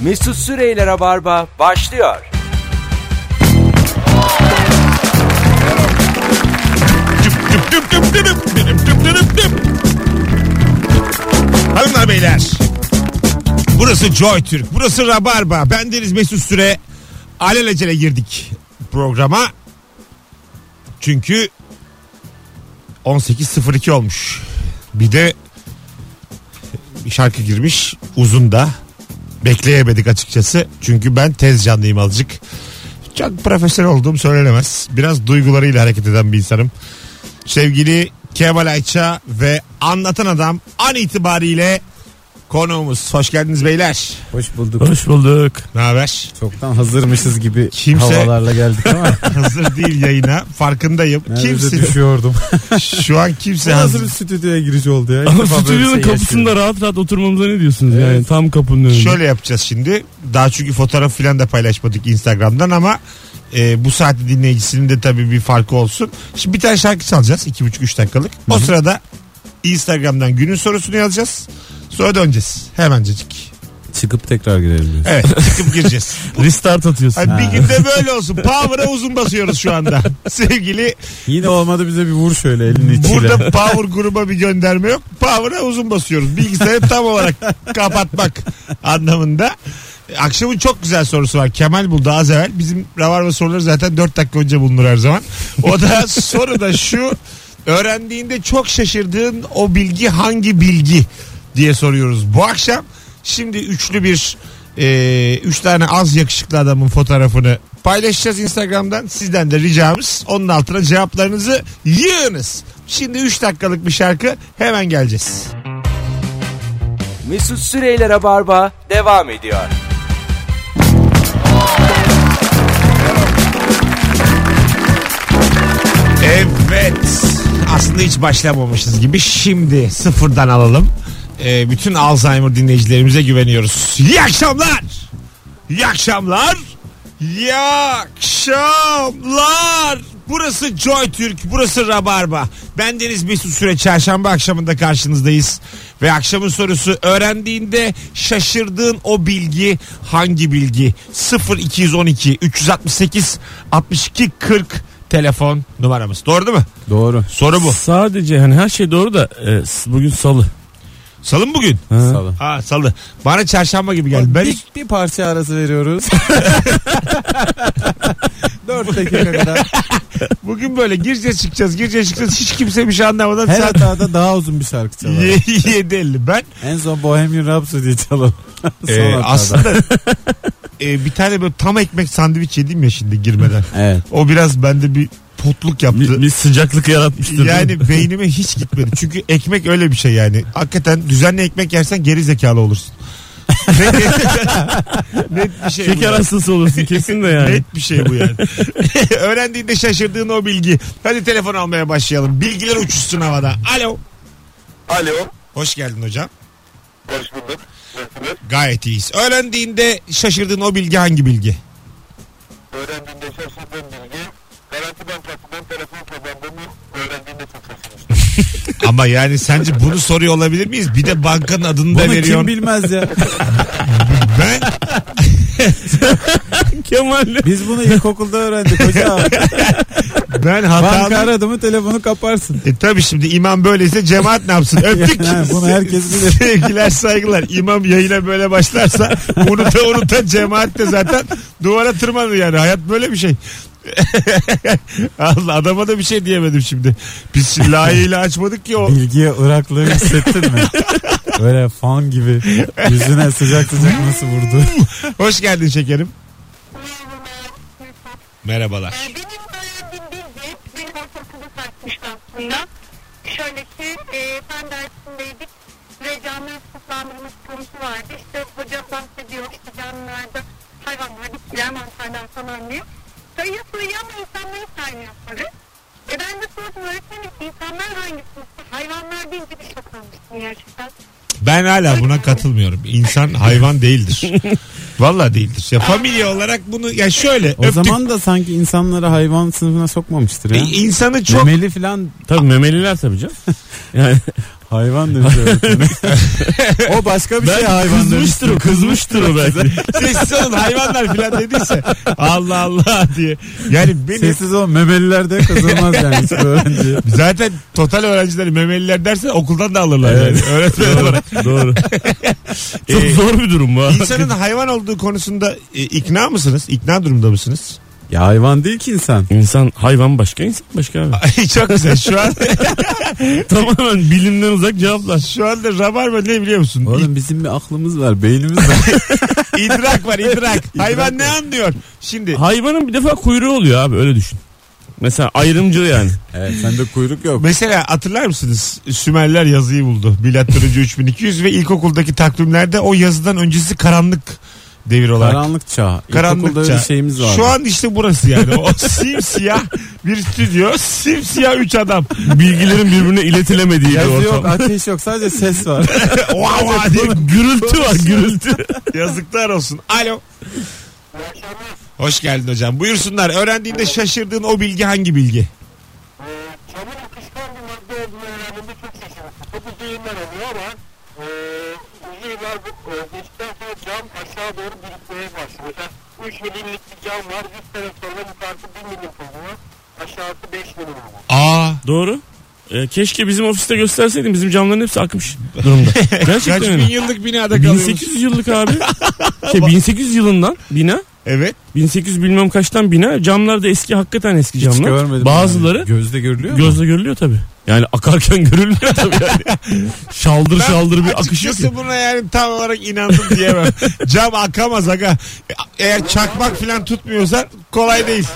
Mesut Süreyler'e Barba başlıyor. Hanımlar beyler, burası Joy Türk, burası Rabarba. Bendeniz Mesut Süre. Alelacele girdik programa. Çünkü 18.02 olmuş. Bir de bir şarkı girmiş, uzun da. Bekleyemedik açıkçası. Çünkü ben tez canlıyım azıcık. Çok profesyonel olduğum söylenemez. Biraz duygularıyla hareket eden bir insanım. Sevgili Kemal Ayça ve Anlatan Adam an itibariyle konuğumuz. Hoş geldiniz beyler. Hoş bulduk. Hoş bulduk. Ne haber? Çoktan hazırmışız gibi Kimse havalarla geldik ama. hazır değil yayına. Farkındayım. Kimse düşüyordum. Şu an kimse hazır bir stüdyoya giriş oldu ya. Ama stüdyonun kapısında rahat rahat oturmamıza ne diyorsunuz? Evet. Yani tam kapının önünde. Şöyle yapacağız şimdi. Daha çünkü fotoğraf falan da paylaşmadık Instagram'dan ama bu saatte dinleyicisinin de tabii bir farkı olsun. Şimdi bir tane şarkı çalacağız. 2,5-3 dakikalık. O sırada Instagram'dan günün sorusunu yazacağız. Sonra döneceğiz. Hemencecik. Çıkıp tekrar girelim diyorsun. Evet, çıkıp gireceğiz. Restart atıyorsun. Hadi bir günde böyle olsun. Power'a uzun basıyoruz şu anda. Sevgili. Yine olmadı, bize bir vur şöyle elinin içiyle. Burada Power gruba bir gönderme yok. Power'a uzun basıyoruz. Bilgisayarı tam olarak kapatmak anlamında. Akşamın çok güzel sorusu var. Kemal buldu az evvel. Bizim Ravarva soruları zaten 4 dakika önce bulunur her zaman. O da soru da şu: öğrendiğinde çok şaşırdığın o bilgi hangi bilgi diye soruyoruz bu akşam. Şimdi üçlü bir 3 tane az yakışıklı adamın fotoğrafını paylaşacağız Instagram'dan. Sizden de ricamız onun altına cevaplarınızı yığınız. Şimdi 3 dakikalık bir şarkı, hemen geleceğiz. Mesut Süreyler'e Barba devam ediyor. Evet, aslında hiç başlamamışız gibi şimdi sıfırdan alalım. Bütün Alzheimer dinleyicilerimize güveniyoruz. İyi akşamlar. İyi akşamlar. İyi akşamlar. Burası Joy Türk, burası Rabarba. Bendeniz Mesut Süre. Çarşamba akşamında karşınızdayız. Ve akşamın sorusu: öğrendiğinde şaşırdığın o bilgi hangi bilgi? 0212 368 62 40 telefon numaramız. Doğru değil mi? Doğru. Soru bu. Sadece hani her şey doğru da bugün salı. Salı mı bugün? Salı. Ha, salı. Bana çarşamba gibi geldi. Ben Bir parça arası veriyoruz. 4 dakika kadar. bugün böyle gireceğiz çıkacağız hiç kimse bir şey anlamadan Her hatada daha uzun bir şarkı çalalım. 7.50 ben. En son Bohemian Rhapsody'yi çalalım. Aslında bir tane böyle tam ekmek sandviç yedim ya şimdi girmeden. Evet. O biraz bende bir potluk yaptı. Bir sıcaklık yaratmıştır. Yani beynime hiç gitmedi. Çünkü ekmek öyle bir şey yani. Hakikaten düzenli ekmek yersen geri zekalı olursun. Net bir şey. Şeker hastası olursun kesin de yani. Net bir şey bu yani. Öğrendiğinde şaşırdığın o bilgi. Hadi telefon almaya başlayalım. Bilgiler uçuşsun havada. Alo. Alo. Hoş geldin hocam. Hoş bulduk. Nasılsınız? Gayet iyiyiz. Öğrendiğinde şaşırdığın o bilgi hangi bilgi? Öğrendiğinde şaşırdığım bilgi, Garanti Bankası'ndan telefon kazandığımı öğrendiğinde çok şaşırmıştım. Ama yani sence bunu soruyor olabilir miyiz? Bir de bankanın adını da Bunu veriyorsun. kim bilmez ya. Ben Kemal. Biz bunu ilkokulda öğrendik hocam. ben Banka hatalı. aradı mı telefonu kaparsın. Tabii şimdi imam böyleyse cemaat ne yapsın? Öptük. Yani bunu herkes bilir. Sevgiler saygılar. İmam yayına böyle başlarsa unuta cemaat de zaten duvara tırmanır yani. Hayat böyle bir şey. Allah, adama da bir şey diyemedim şimdi. Biz şimdi layığıyla açmadık ki o. Bilgiye Iraklığı hissettin mi? Böyle fan gibi yüzüne sıcak nasıl vurdu? Hoş geldin şekerim. Merhabalar. Benim öğrendiğim bilgi beni ortaokulda sarsmıştı aslında. Şöyle ki fen dersindeydik ve canlı ıslıklandırması konusu vardı. İşte hoca bahsediyor işte canlılarda hayvanlar, bitkiler, mantarlar falan diye. Sayı sayıyor ama insanları saymıyorları. Ben de sordum öğretmenim, insanlar hangisi? Hayvanlar deyince bir şok olmuştum gerçekten. Ben hala buna katılmıyorum. İnsan hayvan değildir. Vallahi değildir. Ya familya olarak bunu ya şöyle O zaman da sanki insanları hayvan sınıfına sokmamıştır ya. İnsanı çok Memeli falan. Tabii memeliler tabii canım. Yani Hayvan demiş öğretmenim. O başka bir şey hayvan kızmıştır demiş. o, kızmıştır o belki. Sessiz olun hayvanlar falan dediyse Allah Allah diye. Yani benim Sessiz ol, memelilerde kızılmaz yani hiçbir öğrenci. zaten total öğrencileri memeliler derse okuldan da alırlar yani. Öğretmen olarak. Doğru. Çok zor bir durum bu. İnsanın hayvan olduğu konusunda ikna mısınız? İkna durumda mısınız? Ya hayvan değil ki insan. İnsan hayvan başka, insan başka abi. Ay, çok güzel. Şu an Tamamen bilimden uzak cevaplar. şu anda rabarba ne biliyor musun? Oğlum bizim bir aklımız var, beynimiz var. İdrak var idrak. Hayvan ne anlıyor? Şimdi Hayvanın bir defa kuyruğu oluyor abi, öyle düşün. Mesela ayrımcı yani. Evet, sende kuyruk yok. mesela hatırlar mısınız? Sümerler yazıyı buldu. Milattan önce 3200 ve ilkokuldaki takvimlerde o yazıdan öncesi karanlık devir olarak. Karanlık çağ. Karanlık İlkokulda öyle çağ. şeyimiz vardı. Şu an işte burası yani. O simsiyah bir stüdyo. Simsiyah 3 adam. Bilgilerin birbirine iletilemediği bir yazı ortam. yok, ateş yok, sadece ses var. Wow, wow diye Gürültü var, gürültü. yazıklar olsun. Alo. Hoş geldin hocam. Buyursunlar. Öğrendiğinde şaşırdığın o bilgi hangi bilgi? Camın akışkan bir madde olduğunu öğrendiğimde çok şaşırmıştım. Çok uzun yıllar oluyor ama uzun yıllar geçtikten sonra cam aşağı doğru birikmeye başlıyor. Mesela 3 milimlik bir cam var. 100 sene sonra yukarısı 1 milim oluyor. Aşağısı 5 milim oluyor. Aa. Doğru. Keşke bizim ofiste gösterseydin, bizim camların hepsi akmış durumda. Gerçekten Kaç öyle. bin yıllık binada kalıyoruz. 1800 yıllık abi. 1800 yılından bina. Evet. 1800 bilmem kaçtan bina. Camlar da eski, hakikaten eski Hiç camlar. görmedim. Bazıları yani. Gözle görülüyor mu? gözle görülüyor tabii. Yani akarken görülmüyor tabii yani. Şaldır şaldır bir akış yok. Açıkçası buna yani tam olarak inandım diyemem. Cam akamaz aga. Eğer çakmak falan tutmuyorsa kolay değil.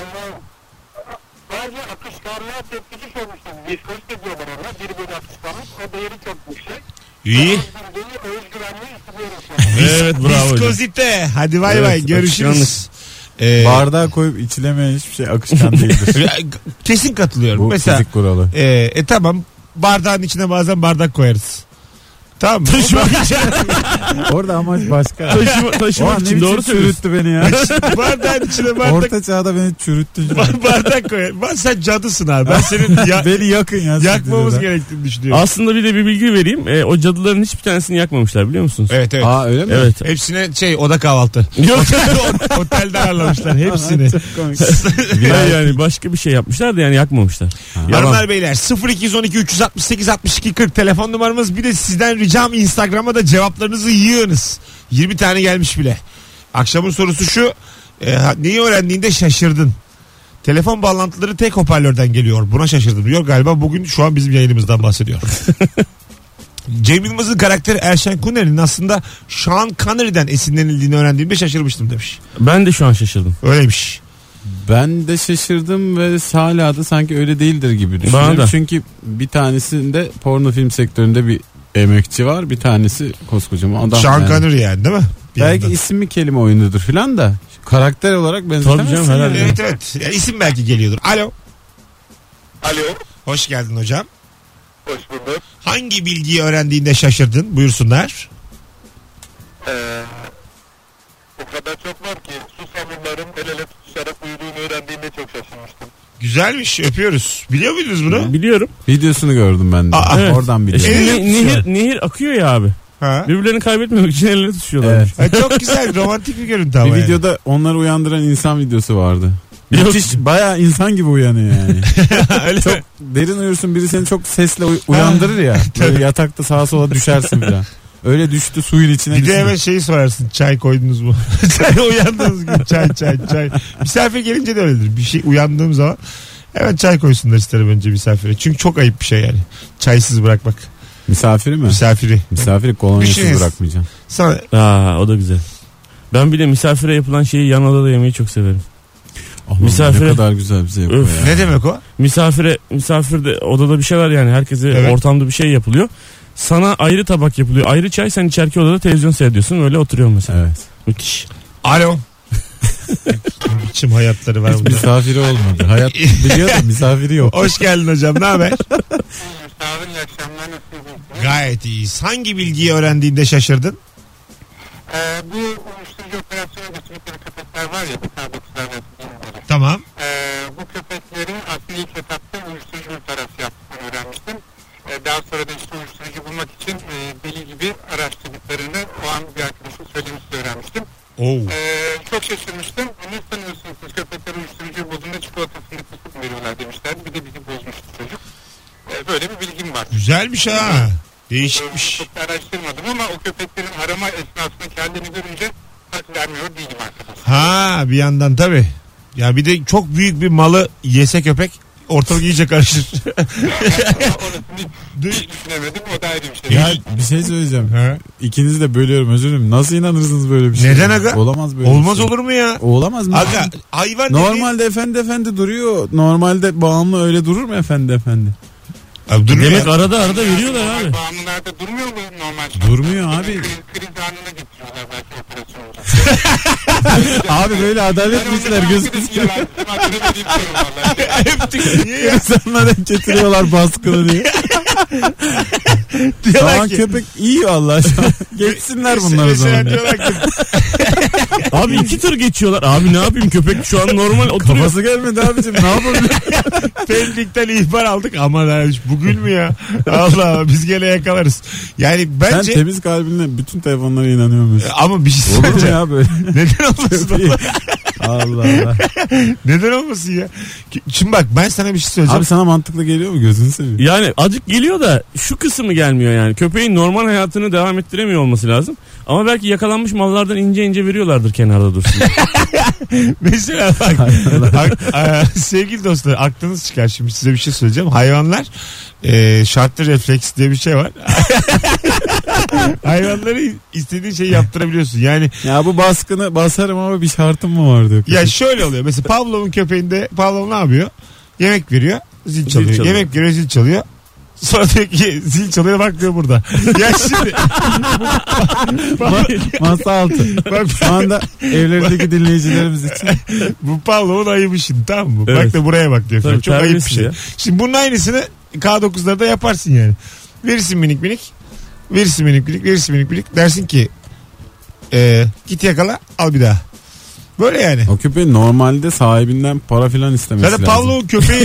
Sadece akışkanlığa tepkisi sormuştum. Viskoz diyorlar ona. Biri böyle akışkanlık. O değeri çok yüksek. İyi. Özgüvenliği istiyorum şu an. Evet, bravo hocam. Viskozite. Hadi bay Evet, bay. Görüşürüz. Bardağa koyup içilemeyen hiçbir şey akışkan değildir. Kesin katılıyorum. Bu Mesela fizik kuralı. tamam, bardağın içine bazen bardak koyarız. Tamam mı? Orada amaç başka. Taşımak Ne için biçim doğru söylüyorsun. çürüttü beni ya. Bardağın içine bardak, Orta çağda beni çürüttün. şu an. bardak koyar. Sen cadısın abi. Ben senin Beni yakın ya. yakmamız stüdyoda. gerektiğini düşünüyorum. Aslında bir de bir bilgi vereyim. O cadıların hiçbir tanesini yakmamışlar, biliyor musunuz? Evet. Aa öyle mi? Evet. Hepsine oda kahvaltı. Yok. Otelde ağırlamışlar hepsini. Çok komik. Hayır, yani başka bir şey yapmışlar da yani yakmamışlar. Yalan. Hanımlar beyler 0212 368 62 40 telefon numaramız. Bir de sizden ricam, Instagram'a da cevaplarınızı yığınız. 20 tane gelmiş bile. Akşamın sorusu şu: neyi öğrendiğinde şaşırdın? Telefon bağlantıları tek hoparlörden geliyor. Buna şaşırdım diyor. Galiba bugün şu an bizim yayınımızdan bahsediyor. Cem Yılmaz'ın karakteri Erşen Kuner'in aslında Sean Connery'den esinlenildiğini öğrendiğimde şaşırmıştım demiş. Ben de şu an şaşırdım. Öyleymiş. Ben de şaşırdım ve hala da sanki öyle değildir gibi Bana düşünüyorum. da. Çünkü bir tanesinde porno film sektöründe bir emekçi var. Bir tanesi koskocaman adam. Sean yani. Connery yani, değil mi? Bir Belki yandan. ismi kelime oyunudur filan da karakter olarak Tabii benzetemezsin. canım, herhalde. yani. Evet. Yani isim belki geliyordur. Alo. Alo. Hoş geldin hocam. Hoş bulduk. Hangi bilgiyi öğrendiğinde şaşırdın? Buyursunlar. O kadar çok var ki su samurların el ele tutuşarak uyuduğunu öğrendiğimde çok şaşırmıştım. Güzelmiş, öpüyoruz. Biliyor muydunuz bunu? Biliyorum. Videosunu gördüm ben de. Aa, evet. Oradan Şimdi biliyorum. nehir akıyor ya abi. Ha? Birbirlerini kaybetmemek için elleri tutuşuyorlar. Evet. Çok güzel, romantik bir görüntü ama. Bir yani. videoda onları uyandıran insan videosu vardı. Yok. Müthiş, bayağı insan gibi uyanıyor yani. Öyle Çok mi? derin uyursun, biri seni çok sesle uyandırır ya. Böyle yatakta sağa sola düşersin falan. Öyle düştü, suyun içine Bir de düştü. hemen şeyi sorarsın. Çay koydunuz mu? Çay uyandığınız gün çay. Misafir gelince de öyledir. Bir şey uyandığım zaman hemen çay koysunlar isterim önce misafire. Çünkü çok ayıp bir şey yani. Çaysız bırakmak. Misafiri mi? Misafiri. Misafiri kolonyasız Düşünün. bırakmayacağım. Sana O da güzel. Ben bir de misafire yapılan şeyi yan odada yemeyi çok severim. Allah'ım, Misafire- ne kadar güzel bir zevk o Öf. ya. ne demek o? Misafirde odada bir şey var yani, herkese Evet. ortamda bir şey yapılıyor. Sana ayrı tabak yapılıyor, ayrı çay, sen içeriki odada televizyon seyrediyorsun, öyle oturuyorsun mesela. Evet. Müthiş. Alo. Ne biçim hayatları var Hiç burada. misafiri olmadı. Hayat biliyor da misafiri yok. Hoş geldin hocam, ne haber? Sağ olun, iyi akşamlar, nasılsınız? Gayet iyiyiz. Hangi bilgiyi öğrendiğinde şaşırdın? Bu uyuşturucu operasyonu geçirdikleri köpekler var ya, bu sabıklar ve dinleri. Tamam. Bu köpeklerin aslında ilk etapta uyuşturucu müptelası yaptığını öğrenmiştim. Daha sonra da işte uyuşturucu söylemişti, öğrenmiştim. Çok şaşırmıştım. Ne sanıyorsunuz siz, köpekler uyuşturucu bozduğunda çikolatasını kısıp veriyorlar demişler. Bir de bizi bozmuştu çocuk. Böyle bir bilgim var. Güzelmiş ha. Değişikmiş. Çok da araştırmadım ama o köpeklerin arama esnasında kendini görünce hak vermiyor değilim arkadaşlar. Ha, bir yandan tabii. Ya bir de çok büyük bir malı yese köpek ortalık iyice karışır. Orasını hiç düşünemedim, o da ayrı bir şey. Ya bir şey söyleyeceğim. Ha? İkinizi de bölüyorum, özür dilerim. Nasıl inanırsınız böyle bir şey? Neden aga? Olamaz böyle Olmaz bir şey. olur mu ya? Olamaz mı? Aga hayvan Normalde efendi duruyor. Normalde bağımlı öyle durur mu efendi? Abi durmuyor. Demek arada veriyorlar abi. Bağımlılarda durmuyor mu normal? Durmuyor abi. Kriz anına getiriyorlar belki operasyon olacak. Abi böyle adalet güçler gözüküyor. Niye ya? İnsanlar hep getiriyorlar baskılı diye. Diyorlar Tamam ki, köpek iyi vallahi şu an. Geçsinler bunlar o mesela zaman. diyorlar ki Abi 2 tır geçiyorlar. Abi ne yapayım, köpek şu an normal oturuyor. Kafası gelmedi abicim, ne yapalım? Pendik'ten ihbar aldık ama bugün mü ya? Allah, biz gene yakalarız. Yani Sen bence temiz kalbinle bütün telefonlara inanıyormuşsun. ama bir şey Olur mu söyleyeceğim. ya böyle? Neden olmasın? Allah Allah. Neden olmasın ya? Şimdi bak ben sana bir şey söyleyeceğim. Abi sana mantıklı geliyor mu, gözünü seveyim? Yani acık geliyor da şu kısmı gelmiyor yani. Köpeğin normal hayatını devam ettiremiyor olması lazım. Ama belki yakalanmış mallardan ince veriyorlardır kenarda dursun. Mesela bak sevgili dostlar, aklınız çıkar, şimdi size bir şey söyleyeceğim. Hayvanlar şartlı refleks diye bir şey var. Hayvanları istediğin şeyi yaptırabiliyorsun. Yani Ya bu baskını basarım ama bir şartım mı var diyor. ya şöyle oluyor. Mesela Pavlov'un köpeğinde Pavlov ne yapıyor? Yemek veriyor, zil çalıyor. çalıyor. Yemek veriyor, zil çalıyor. Sonra diyor ki zil çalıyor, bak diyor burada. Ya şimdi Masa altı. bak, Şu anda evlerindeki dinleyicilerimiz için. bu Pavlov'un ayıbı şimdi, tamam mı? Evet. Bak da buraya bak diyor. Tabii, Çok ayıp bir terbiyesiz şey. ya. Şimdi bunun aynısını K9'larda yaparsın yani. Verirsin minik minik. Verirsin minik minik. Dersin ki git yakala, al bir daha. Böyle yani. O köpeğin normalde sahibinden para filan istemesi Zaten lazım. Pavlov'un köpeği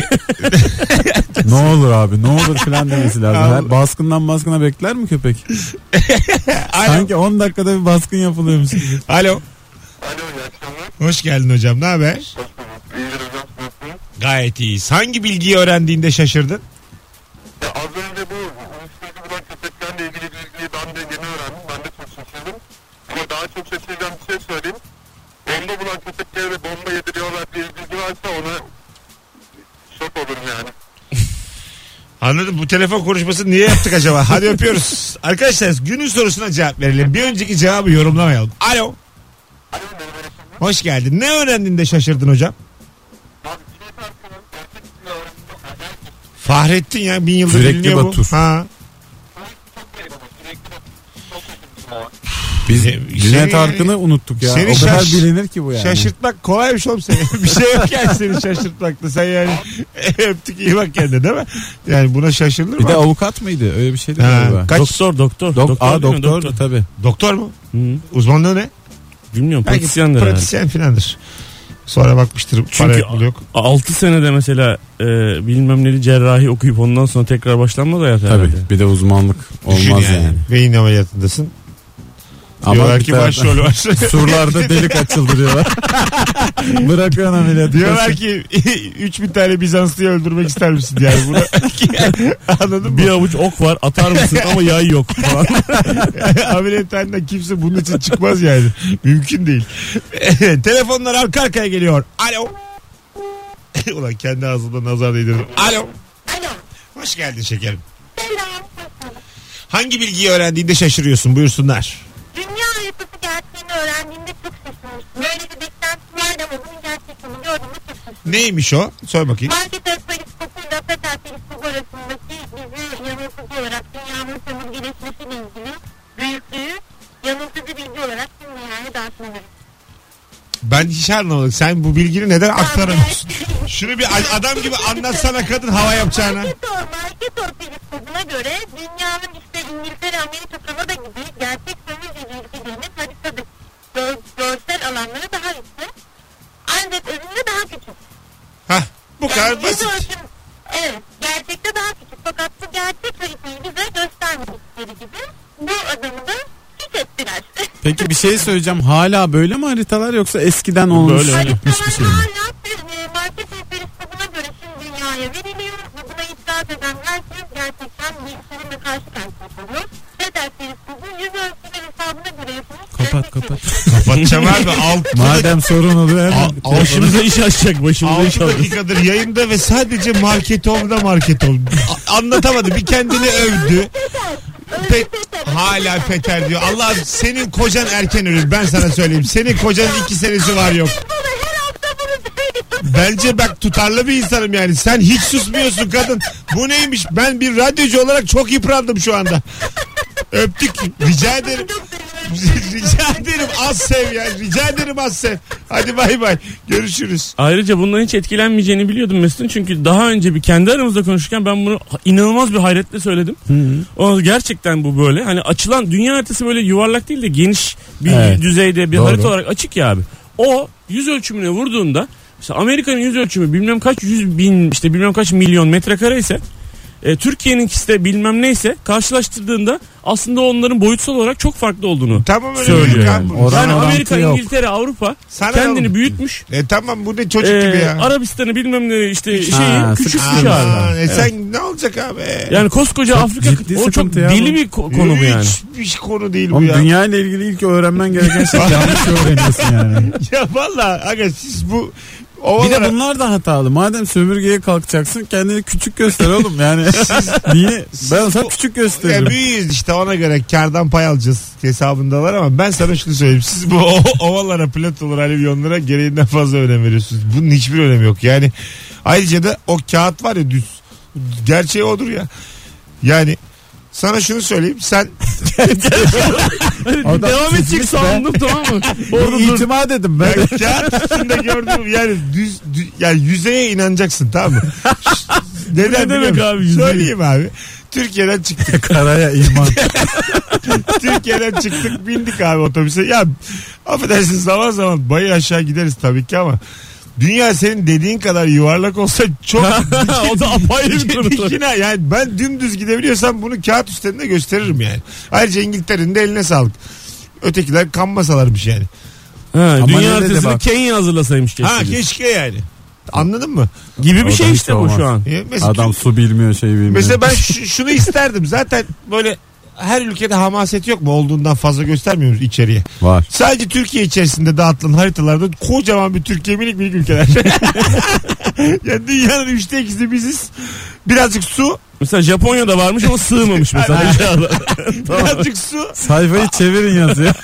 Ne olur abi, ne olur filan demesi lazım. Allah. Her baskından baskına bekler mi köpek? Alo. Sanki 10 dakikada bir baskın yapılıyormuş gibi. Alo. Alo, iyi akşamlar. Hoş geldin hocam. Ne haber? Hoş bulduk. İyidir hocam, nasılsınız? Gayet iyiyiz. Hangi bilgiyi öğrendiğinde şaşırdın? Ya az önce bu uyuşturucu bulan köpeklerle ilgili bilgiyi ben de yeni öğrendim. Ben de çok şaşırdım. Ama daha çok şaşıracağım bir şey söyleyeyim. Bomba bulan köpeklere de bomba yediriyorlar diye bilgi varsa ona şok olurum yani. Anladım. Bu telefon konuşmasını niye yaptık acaba? Hadi öpüyoruz. Arkadaşlar günün sorusuna cevap verelim. Bir önceki cevabı yorumlamayalım. Alo. Alo, merhaba efendim. Hoş geldin. Ne öğrendin de şaşırdın hocam? Abi Cüneyt Arkın'ın gerçek ismini öğrendim. Acayip bir Fahrettin ya, 1000 yıldır Sürekli biliniyor bu. Batur. Ha. çok garip ama sürekli de çok şaşırdım ama. Biz Seni- Cüneyt Arkın'ı unuttuk ya. seni O kadar şaş- bilinir ki bu yani. Şaşırtmak kolaymış oğlum seni. Bir şey yok yani seni şaşırtmakta. Sen yani öptük, iyi bak kendine, değil mi? Yani buna şaşırılır Bir mı? de avukat mıydı? Öyle bir şeydi Ha, galiba. kaç- Doktor. Doktor değil mi? doktordu tabii. Doktor mu? Hı. Uzmanlığı ne? Bilmiyorum, Belki pratisyendir herhalde. pratisyen filandır. Sonra bakmıştır. Para Çünkü yok, pul yok. 6 senede mesela bilmem neli cerrahi okuyup ondan sonra tekrar başlanmaz hayat Tabii. herhalde. Bir de uzmanlık Düşün olmaz yani. Beyin ameliyatındasın. Ama Diyorlar bir ki taraftan- başrol var. Surlarda delik açıldı diyorlar. Bırakıyorsun ameliyatı. Diyorlar ki 3000 tane Bizanslı'yı öldürmek ister misin yani bunu. Anladın mı? Bir avuç ok var, atar mısın ama yay yok falan. Ameliyathaneden kimse bunun için çıkmaz yani. Mümkün değil. Telefonlar arka arkaya geliyor. Alo. Ulan kendi ağzımda nazar değdirdim. Alo. Alo. Hoş geldin şekerim. Selam. Hangi bilgiyi öğrendiğinde şaşırıyorsun? Buyursunlar. Dünya haritası gerçeğini öğrendiğimde çok şaşırmıştım. Böyle bir beklentim vardı ama bunun gerçekliğini gördüğümde çok şaşırdım. Neymiş o? Söyle bakayım. Marketer peristopuyla Peter peristopu arasındaki bizi yanıltıcı olarak dünyanın sömürgeleşmesiyle ilgili büyüklüğü yanıltıcı bilgi olarak tüm dünyaya dağıtmaları. Ben hiç anlamadım. Sen bu bilgini neden aktaramıyorsun? Şunu bir adam gibi anlatsana kadın hava yapacağına. Marketer peristopuna göre dünyanın işte İngiltere, Amerika, Kanada gibi gerçek sömürgeci ülkelerinin haritada görsel alanları daha yüksek. Ancak özünde daha küçük. Hah, bu kadar Yani basit. yüz ölçüm, evet, gerçekte daha küçük. Fakat bu gerçek haritayı bize göstermedikleri gibi bu adamı da hiç ettiler. Peki bir şey söyleyeceğim. Hala böyle mi haritalar yoksa eskiden olmuş Böyle. gitmiş bir şey mi? Hala market rehberi kitabına göre tüm dünyaya veriliyor ve buna itiraz eden herkes gerçekten bilgisayarla karşı karşıya kalıyor. Ne derseniz kızın yüz ölçümü hesabına göre yapılmış. Kapat. Kapatacağım abi. Madem sorun oluyor hemen. Başımıza iş açacak, başımıza iş 6 alacak. dakikadır yayında ve sadece Marketom'da Marketom. Anlatamadı. Bir kendini övdü. Hala Peter diyor. Allah, senin kocan erken ölür. Ben sana söyleyeyim. Senin kocanın 2 senesi var yok. Bence bak, tutarlı bir insanım yani. Sen hiç susmuyorsun kadın. Bu neymiş? Ben bir radyocu olarak çok yıprandım şu anda. Öptük. Rica ederim. Rica ederim, az sev ya. Rica ederim, az sev. Hadi bay bay. Görüşürüz. Ayrıca bundan hiç etkilenmeyeceğini biliyordum Mesut'un. Çünkü daha önce bir kendi aramızda konuşurken ben bunu inanılmaz bir hayretle söyledim. O gerçekten bu böyle. Hani açılan dünya haritası böyle yuvarlak değil de geniş bir düzeyde bir harita olarak açık ya abi. O yüz ölçümüne vurduğunda işte Amerika'nın yüz ölçümü bilmem kaç 100.000 işte bilmem kaç milyon metrekare ise Türkiye'ninkisi de bilmem neyse karşılaştırdığında aslında onların boyutsal olarak çok farklı olduğunu Tamam, öyle söylüyor. bir Yani, Oran yani orantı Amerika, yok. İngiltere, Avrupa Sana kendini ne büyütmüş. Tamam, bu ne çocuk gibi ya. Arabistan'ı bilmem ne işte şeyi küçültmüş Aman, abi. sen ne olacak abi? Yani koskoca Çok Afrika ciddi o çok sıkıntı ya deli bu. bir konu bu yani. Hiçbir konu değil bu Oğlum ya. dünya ile ilgili ilk öğrenmen gereken şey yanlış öğreniyorsun yani. Ya valla aga, siz bu Bir ovalara... de bunlar da hatalı. Madem sömürgeye kalkacaksın kendini küçük göster oğlum yani. Niye? Ben sana küçük Ya gösteririm. büyüyüz işte, ona göre kardan pay alacağız hesabındalar, ama ben sana şunu söyleyeyim. Siz bu ovalara, platolara, alivyonlara gereğinden fazla önem veriyorsunuz. Bunun hiçbir önemi yok. Yani ayrıca da o kağıt var ya, düz. Gerçeği odur ya. Yani sana şunu söyleyeyim. Sen Adam Devam edecek çizmiş be. sandım, tamam mı? Orada dur. İtimat edin ben. ben kağıt üstünde gördüm, yani düz yani yüzeye inanacaksın, tamam mı? Neden ne demek biliyor musun? abi, yüzeye? Söyleyeyim abi. Türkiye'den çıktık. Karaya iman. Türkiye'den çıktık, bindik abi otobüse. Ya affedersin, zaman zaman bayır aşağı gideriz tabii ki, ama dünya senin dediğin kadar yuvarlak olsa çok O da apayrı bir konu. dikine, yani ben dümdüz gidebiliyorsam bunu kağıt üstünde gösteririm yani. Ayrıca İngiltere'nin de eline sağlık. Ötekiler kanmasalarmış yani. Ha, Ama dünya ne dedi haritasını bak. Kenya hazırlasaymış keşke. Ha, keşke yani. Anladın mı? Gibi O bir da şey hiç işte bu olmaz. şu an. Mesela, Adam su bilmiyor şey bilmiyor. mesela ben şunu isterdim. Zaten böyle her ülkede hamaset yok mu? Olduğundan fazla göstermiyoruz içeriye. Var. Sadece Türkiye içerisinde dağıtılan haritalarda kocaman bir Türkiye, minik minik ülkeler. Ya dünyanın 2/3'ü biziz. Birazcık su, Mesela Japonya'da varmış ama sığmamış mesela aşağıda. birazcık su. Sayfayı çevirin yazıyor.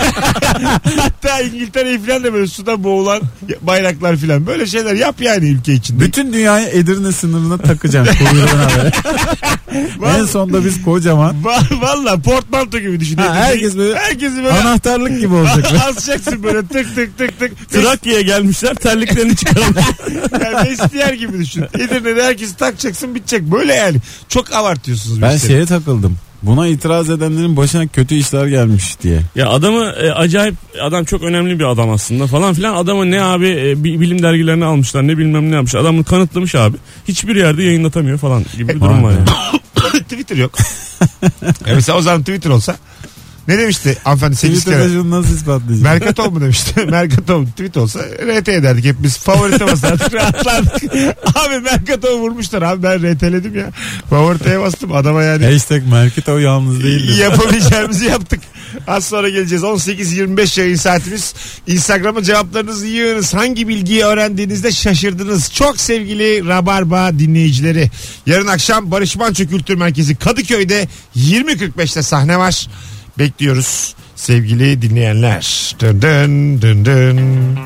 Hatta İngiltere falan da böyle suda boğulan bayraklar falan. Böyle şeyler yap yani ülke içinde. Bütün dünyayı Edirne sınırına takacaksın. Kuyruğuna böyle. En sonunda biz kocaman. Valla portmanto gibi düşün. Ha, Herkesi böyle Anahtarlık gibi olacak. asacaksın böyle, tık tık tık tık. Trakya'ya gelmişler, terliklerini çıkarmış. Yani vestiyer gibi düşün. Edirne'de herkesi takacaksın, bitecek. Böyle yani. Çok abartıyorsunuz. Ben işte. şeye takıldım. Buna itiraz edenlerin başına kötü işler gelmiş diye. Ya adamı acayip, adam çok önemli bir adam aslında falan filan. Adamı ne abi bilim dergilerini almışlar, ne bilmem ne yapmış. Adamı kanıtlamış abi. Hiçbir yerde yayınlatamıyor falan gibi bir durum var yani. Twitter yok. Mesela o zaman Twitter olsa ne demişti hanımefendi 8 Twitter'da kere? şunu nasıl ispatlayacağım? Mercaton mu demişti? Mercaton tweet olsa RT ederdik hep biz. Favorite basardık, rahatlardık. Abi Mercaton vurmuşlar abi, ben RT'ledim ya. Favoriteye bastım adama yani. Hashtag Merkito yalnız değildir. Yapabileceğimizi yaptık. Az sonra geleceğiz. 18.25 yayın saatimiz. Instagram'a cevaplarınızı yığınız. Hangi bilgiyi öğrendiğinizde şaşırdınız? Çok sevgili Rabarba dinleyicileri. Yarın akşam Barış Manço Kültür Merkezi Kadıköy'de 20.45'te sahne var. Bekliyoruz sevgili dinleyenler. Dın dın dın dın.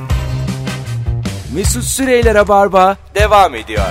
Mesut Süreyler'e barba devam ediyor.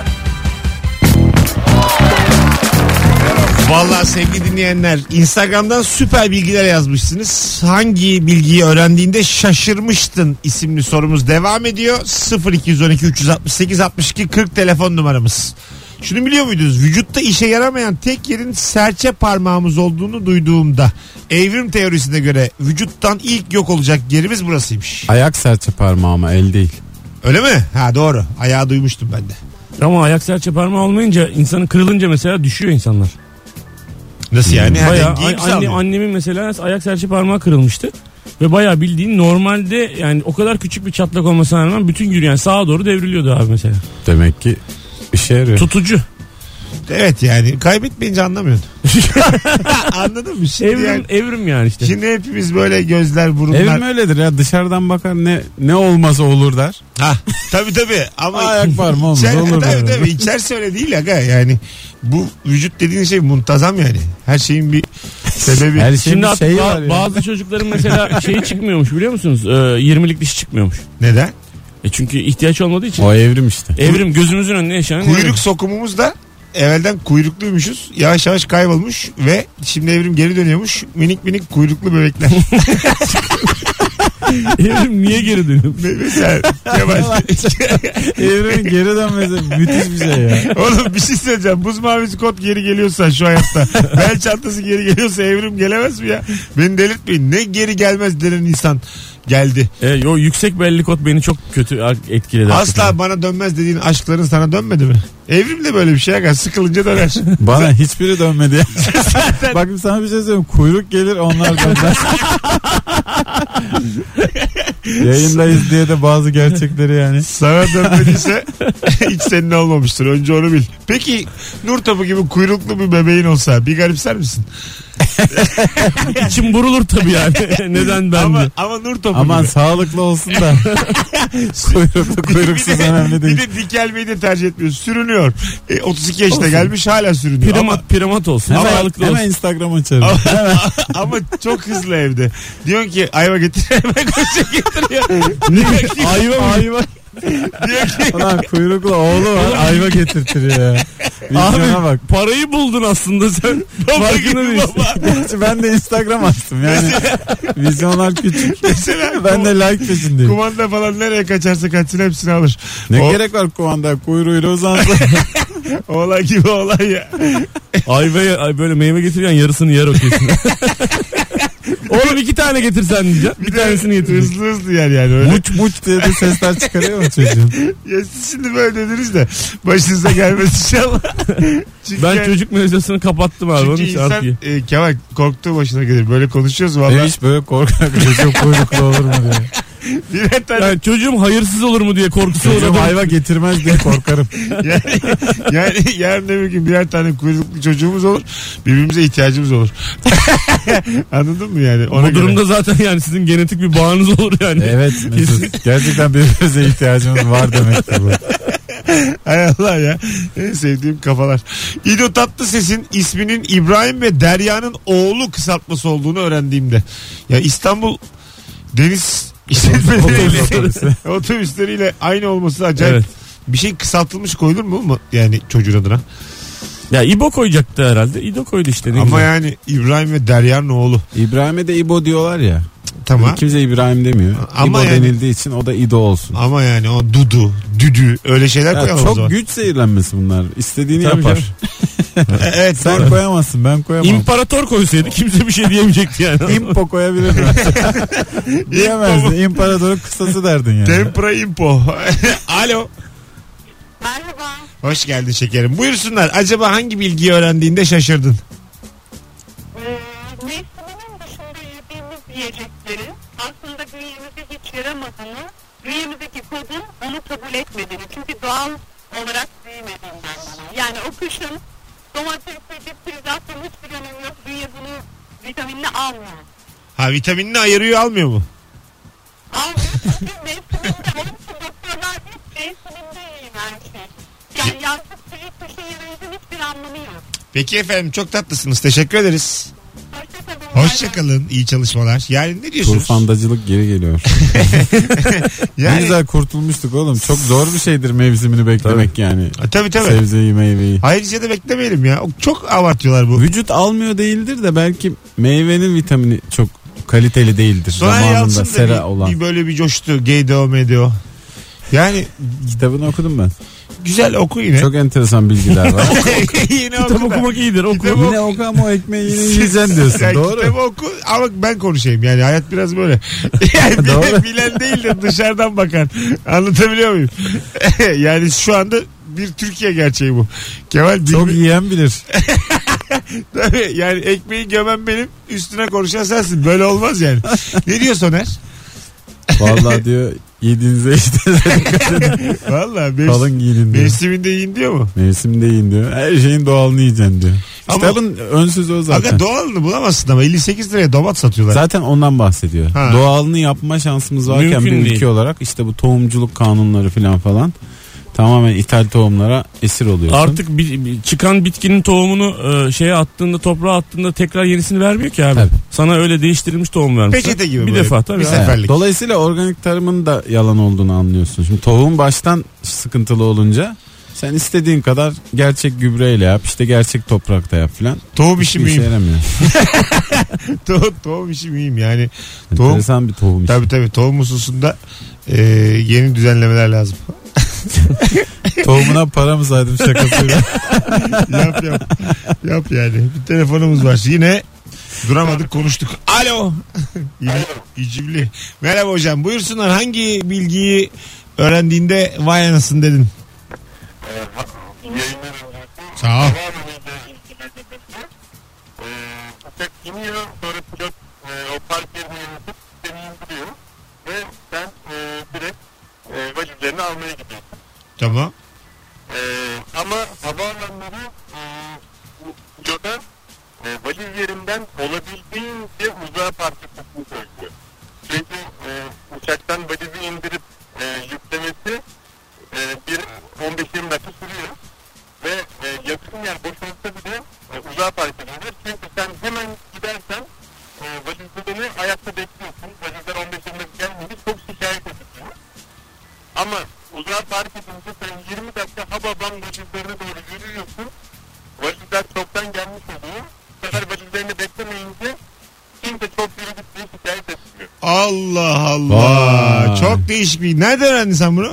Vallahi sevgili dinleyenler, Instagram'dan süper bilgiler yazmışsınız. Hangi bilgiyi öğrendiğinde şaşırmıştın isimli sorumuz devam ediyor. 0212 368 62 40 telefon numaramız. Şunu biliyor muydunuz? Vücutta işe yaramayan tek yerin serçe parmağımız olduğunu duyduğumda, evrim teorisine göre vücuttan ilk yok olacak yerimiz burasıymış. Ayak serçe parmağı ama el değil. Öyle mi? Ha doğru. Ayağı duymuştum ben de. Ama ayak serçe parmağı olmayınca, insanı kırılınca mesela düşüyor insanlar. Nasıl yani? Bayağı Dengeyi mi sağlıyor? annemin mesela ayak serçe parmağı kırılmıştı. Ve bayağı bildiğin normalde yani o kadar küçük bir çatlak olmasına rağmen bütün yürüyen sağa doğru devriliyordu abi mesela. Demek ki işe yarıyor. Tutucu. Evet yani kaybetmeyince anlamıyorsun. Anladın mı? Şimdi Evrim yani işte. Şimdi hepimiz böyle gözler burunlar. Evim öyledir ya, dışarıdan bakar ne olmasa olur der. Ha tabii ama ayak var mı olmaz olur der. Tabii içerisi öyle değil aga yani. Bu vücut dediğin şey muntazam yani. Her şeyin bir sebebi. Her şeyin Şimdi bir şeyi var ya. bazı çocukların mesela şeyi çıkmıyormuş biliyor musunuz? 20'lik dişi çıkmıyormuş. Neden? Çünkü ihtiyaç olmadığı için. O evrim işte. Evrim gözümüzün önünde yaşanan. Kuyruk sokumumuz da evvelden kuyrukluymuşuz. Yavaş yavaş kaybolmuş ve şimdi evrim geri dönüyormuş. Minik minik kuyruklu bebekler. Evrim niye geri dönüyor? Mesela Kemal. Evrimin geri dönmesi müthiş bir şey ya. Oğlum bir şey söyleyeceğim. Buz mavisi kot geri geliyorsa şu hayatta. Bel çantası geri geliyorsa evrim gelemez mi ya? Beni delirtmeyin. Ne geri gelmez denen insan geldi. O yüksek belli kot beni çok kötü etkiledi. Asla bana dönmez dediğin aşkların sana dönmedi mi? Evrim de böyle bir şey ya. Sıkılınca döner. Bana hiçbiri dönmedi ya. Bak sana bir şey söyleyeyim. Kuyruk gelir onlar dönmez. Yayındayız diye de bazı gerçekleri yani. Sana dönmediyse hiç senin olmamıştır. Önce onu bil. Peki nur topu gibi kuyruklu bir bebeğin olsa bir garipser misin? İçim burulur tabii yani. Neden ben de? Ama nur topu Aman gibi. sağlıklı olsun da. Kuyruklu kuyruksuz önemli değil. Bir de dikelmeyi de tercih etmiyor. Sürünüyor. 32 yaşına gelmiş hala sürünüyor. Primat olsun. Sağlıklı Hemen olsun. Instagram açarım. Ama çok hızlı evde. Diyorsun ki ayva getir. Hemen koşa getiriyor. Diyor ki, Ayva. diyor ki Ulan kuyruklu oğlu var. Ayva getirtiyor ya. Vizyona bak. Parayı buldun aslında sen. baba Farkında gibi değilsin. baba. Gerçi ben de Instagram açtım yani. Vizyonlar küçük. Mesela Ben de like peşindeyim. kumanda falan nereye kaçarsa kaçsın hepsini alır. Ne O- gerek var kumanda kuyruğuyla uzansın. Olay gibi olay ya. Ayvaya böyle meyve getirirken yarısını yer o kesin. Oğlum 2 tane getirsen diyeceğim. Bir tanesini getir. Hızlı yer yani öyle. Muç muç diye de sesler çıkarıyor mu çocuğun? Ya siz şimdi böyle dediniz de başınıza gelmez inşallah. Çünkü Ben yani- çocuk mevzusunu kapattım abi. Onun Çünkü için insan artık iyi. Kemal korktuğu başına gelir. Böyle konuşuyoruz Ben valla. hiç böyle korkak çocuğum kuyruklu olur mu diye. Birer tane Yani çocuğum hayırsız olur mu diye korkusu olur. Çocuğum ayva getirmez diye korkarım. yani yarın öbür gün birer tane kuyruklu çocuğumuz olur. Birbirimize ihtiyacımız olur. Anladın mı yani? Ona Bu durumda zaten yani sizin genetik bir bağınız olur yani. Evet Mesut. Gerçekten birbirimize ihtiyacımız var demektir bu. Hay Allah ya. En sevdiğim kafalar. İdo Tatlıses'in isminin İbrahim ve Derya'nın oğlu kısaltması olduğunu öğrendiğimde. Ya İstanbul deniz otobüsleriyle aynı olması acayip. Evet. Bir şey kısaltılmış koyulur mu yani çocuğun adına? Ya İbo koyacaktı herhalde. İdo koydu işte. Ne Ama güzel. yani İbrahim ve Derya'nın oğlu. İbrahim'e de İbo diyorlar ya. Tamam. Kimse İbrahim demiyor. Ama İbo yani- denildiği için o da İdo olsun. Ama yani o Dudu, Düdü öyle şeyler Ya koyalım o zaman. çok güç zehirlenmesi bunlar. İstediğini Tabii yapar. Evet. Sen doğru. koyamazsın, ben koyamam. İmparator koysaydı kimse bir şey diyemeyecekti yani. İmpo koyabilirdin. Diyemezsin. İmparatorun kısası derdin yani. Tempra Impo. Alo. Merhaba. Hoş geldin şekerim. Buyursunlar. Acaba hangi bilgiyi öğrendiğinde şaşırdın? Mevsiminin dışında yediğimiz yiyeceklerin aslında bünyemize hiç yaramadığını, bünyemizdeki kodun onu kabul etmediğini. Çünkü doğal olarak büyümediğinden dolayı. Yani o kışın domatesli prizasyon hiçbir önemi yok. Bünye bunu vitaminini almıyor. Ha vitaminini ayırıyor almıyor mu? Almıyor çünkü mevsiminde onun için doktorlar hep mevsiminde yiyin her şey. Yani yazlık suyu kışın yememizin hiçbir anlamı yok. Peki efendim çok tatlısınız. Teşekkür ederiz. Hoşçakalın. Hoşçakalın. İyi çalışmalar. Yani ne diyorsunuz? Turfandacılık geri geliyor. Ne Yani, güzel kurtulmuştuk oğlum. Çok zor bir şeydir mevsimini beklemek yani. tabii. Sebzeyi, meyveyi. Ayrıca da beklemeyelim ya. Çok abartıyorlar bu. Vücut almıyor değildir de belki meyvenin vitamini çok kaliteli değildir. Sonra Zamanında Yalçın sera da olan. bir böyle bir coştu. GDO, MDO. Yani Kitabını okudum ben. güzel oku yine. Çok enteresan bilgiler var. Yine Kitap oku da. okumak iyidir. Oku. Kitabı Yine oku ama o ekmeği yine yiyeceksin diyorsun. Yani Doğru. Kitabı oku ama ben konuşayım. Yani hayat biraz böyle. Yani Doğru. bilen değil de dışarıdan bakan. Anlatabiliyor muyum? Yani şu anda bir Türkiye gerçeği bu. Kemal Çok yiyen bilir. Tabii yani ekmeği gömen benim, üstüne konuşan sensin. Böyle olmaz yani. Ne diyor Soner? Vallahi diyor yediğinize işte Vallahi kalın giyinin diyor. mevsiminde yiyin diyor mu? Mevsimde yiyin diyor. Her şeyin doğalını yiyeceksin diyor. Ama- Kitabın ön sözü o zaten. Aga doğalını bulamazsın ama 58 liraya domat satıyorlar. Zaten ondan bahsediyor. Ha. Doğalını yapma şansımız varken Mümkün bir ülke değil. olarak işte bu tohumculuk kanunları falan tamamen ithal tohumlara esir oluyorsun. Artık çıkan bitkinin tohumunu şeye attığında, toprağa attığında tekrar yenisini vermiyor ki abi. Tabii. Sana öyle değiştirilmiş tohum vermişler. Peçete gibi bir böyle. defa tabii. Bir abi. seferlik. Dolayısıyla organik tarımın da yalan olduğunu anlıyorsun. Şimdi tohum baştan sıkıntılı olunca sen istediğin kadar gerçek gübreyle yap, işte gerçek toprakta yap filan. Tohum işi Hiçbir işe mühim. yaramıyor. Tohum işi mühim yani. Tohum, Enteresan bir tohum işi. tabii tohum hususunda yeni düzenlemeler lazım. Tohumuna para mı saydım şakasıyla? Yap yani. Bir telefonumuz var. Yine duramadık, konuştuk. Alo. Yine icibli. Merhaba hocam. Buyursunlar, hangi bilgiyi öğrendiğinde vay anasın dedin? Yayınlar öncesi. Sağ ol. Havaalanıyla ilgili bir bilgi. Uçak iniyor, sonra pilot o park yerini yönetim seni indiriyor. Ve sen direkt valizlerini almaya gidiyorsun. Tamam. Ama havaalanları pilota valiz yerinden olabildiğince uzağa park etmesini söylüyor. Çünkü uçaktan valizi indirip yüklemesi bir 15-20 dakika sürüyor. Ve yakın yer boşalsa bile uzağa park ediyorlar. Çünkü sen hemen gidersen valizlerini ayakta bekliyorsun. Valizler 15-20 dakika gelmedi, çok şikayet ediyor. Ama uzağa park edince sen 20 dakika hababam valizlerine doğru yürüyorsun. Valizler çoktan gelmiş oluyor. Bu sefer valizlerini beklemeyince kimse çok yürüdük diye şikayet etmiyor. Allah Allah. Vay. Çok değişik bir. Nereden öğrendin sen bunu?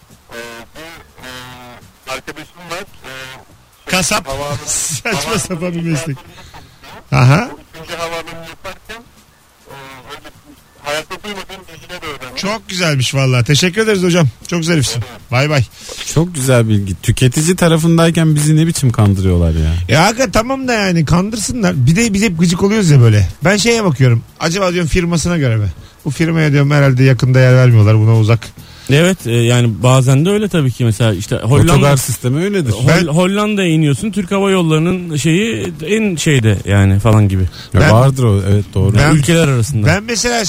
Bir arkadaşım var. Kasap. Havaalanı- Saçma sapan bir meslek. havaalanı- Aha. Üçüncü havaalanını yaparken öyle hayatta duymadığım bilgiler öğrendim. Çok güzelmiş vallahi. Teşekkür ederiz hocam. Çok zarifsin. Bay bay. Çok güzel bilgi. Tüketici tarafındayken bizi ne biçim kandırıyorlar ya. Ya hakikaten tamam da yani kandırsınlar. Bir de biz hep gıcık oluyoruz ya böyle. Ben şeye bakıyorum. Acaba diyorum firmasına göre mi? Bu firmaya diyorum herhalde yakında yer vermiyorlar, buna uzak. Evet yani bazen de öyle tabii ki, mesela işte Otogar sistemi öyledir. Hollanda'ya iniyorsun, Türk Hava Yolları'nın şeyi en şeyde yani falan gibi. Ya vardır o, evet doğru. Ben- Ülkeler arasında. Ben mesela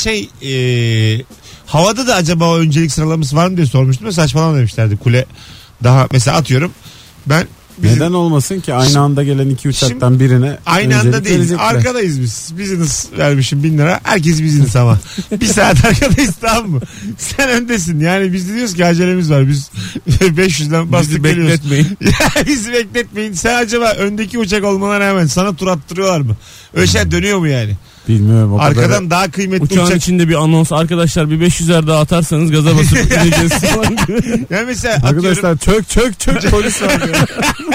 havada da acaba o öncelik sıralaması var mı diye sormuştum da saçmalama demişlerdi. Kule daha mesela atıyorum. Ben Neden olmasın ki aynı anda gelen iki uçaktan birine aynı anda öncelik değil. verecekler. Arkadayız biz. Business vermişim 1000 lira. Herkes business ama. Bir saat arkadayız, tamam mı? Sen öndesin. Yani biz de diyoruz ki acelemiz var. Biz 500'den bastık Bizi geliyoruz. bekletmeyin. Ya bizi bekletmeyin. Sen acaba öndeki uçak olmana rağmen sana tur attırıyorlar mı? Öyle şey dönüyor mu yani? Bilmiyorum o Arkadan kadar. daha kıymetli Uçağın uçak. içinde bir anons, arkadaşlar bir 500'er daha atarsanız gaza basıp ineceğiz falan gibi. Yani mesela atıyorum, Arkadaşlar çök polis var ya.